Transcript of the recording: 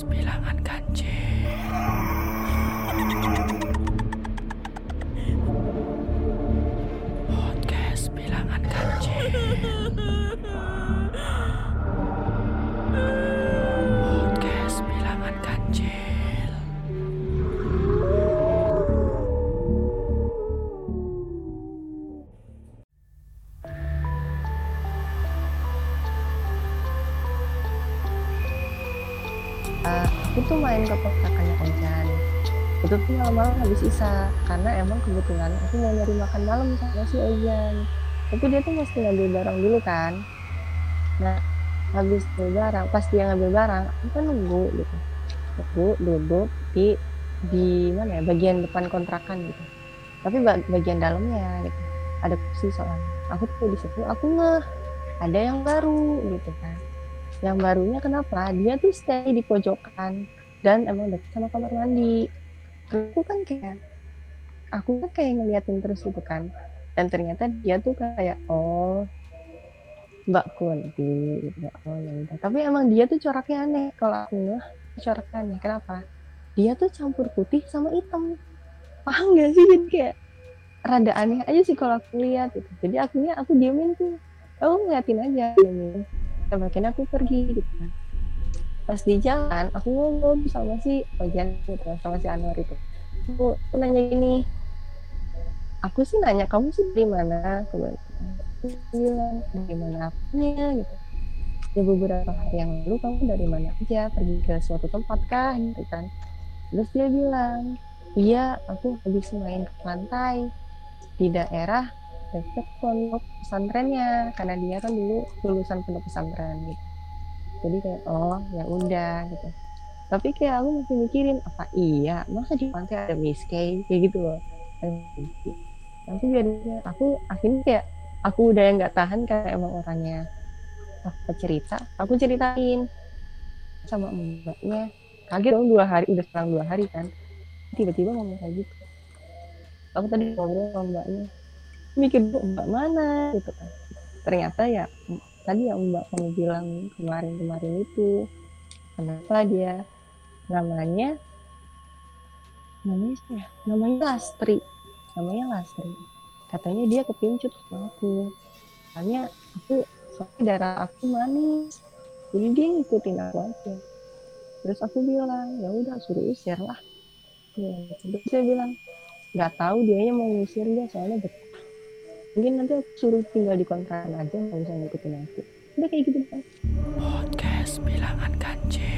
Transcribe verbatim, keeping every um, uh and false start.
Podcast bilangan ganjil. Podcast bilangan ganjil. Podcast bilangan ganjil. Uh, aku tuh main ke kontrakannya Ojan. Itu tuh malam-malam habis isa, karena emang kebetulan aku mau nyari makan malam sama si Ojan. Tapi dia tuh mesti ngambil barang dulu kan. Nah, habis ngambil barang, pas dia ngambil barang, aku kan nunggu gitu. Nunggu, duduk di di mana ya, bagian depan kontrakan gitu. Tapi ba- bagian dalamnya gitu. Ada kursi soalnya. Aku tuh di situ, aku ngeh ada yang baru gitu kan. Yang barunya kenapa? Dia tuh stay di pojokan dan emang deket sama kamar mandi. Terus aku kan kayak, aku kan kayak ngeliatin terus gitu kan. Dan ternyata dia tuh kayak, oh Mbak Kunti, gitu. Oh ya udah. Tapi emang dia tuh coraknya aneh. Kalau aku ngeh, coraknya aneh. Kenapa? Dia tuh campur putih sama hitam. Paham gak sih? Jadi kayak rada aneh aja sih kalau aku lihat gitu. Jadi akhirnya aku diemin tuh. Aku ngeliatin aja, diemin. Sampai akhirnya aku pergi gitu kan. Pas di jalan aku ngobrol sama si Ojan gitu, sama si Anwar itu. Aku, aku nanya gini, aku sih nanya kamu sih dari mana? Aku bilang dari mana apanya gitu. Ya beberapa hari yang lalu kamu dari mana aja, pergi ke suatu tempat kah gitu kan. Terus dia bilang, iya aku habis main ke pantai di daerah dekat pondok pesantrennya, karena dia kan dulu lulusan pondok pesantren gitu. Jadi kayak oh ya udah gitu. Tapi kayak aku masih mikirin apa iya masa di pantai ada Miss K kayak gitu loh. Nanti biarnya aku akhirnya kayak aku udah yang nggak tahan karena emang orangnya apa cerita, aku ceritain sama mbaknya. Kaget dong, dua hari udah selang dua hari kan tiba-tiba ngomong kayak gitu. Aku tadi ngobrol sama mbaknya, mikir mbak mana gitu kan. Ternyata ya tadi yang mbak kamu bilang kemarin-kemarin itu. Kenapa dia namanya namanya siapa ya? Namanya Lastri. Namanya Lastri. Katanya dia kepincut sama aku. Soalnya aku soalnya darah aku manis. Jadi dia ngikutin aku aja. Terus aku bilang, ya udah suruh usir lah. Ya, terus dia bilang, nggak tahu dianya mau ngusir dia soalnya betah. Mungkin nanti aku suruh tinggal di kontrakan aja, nggak usah ngikutin aku. Udah kayak gitu kan. Podcast bilangan ganjil.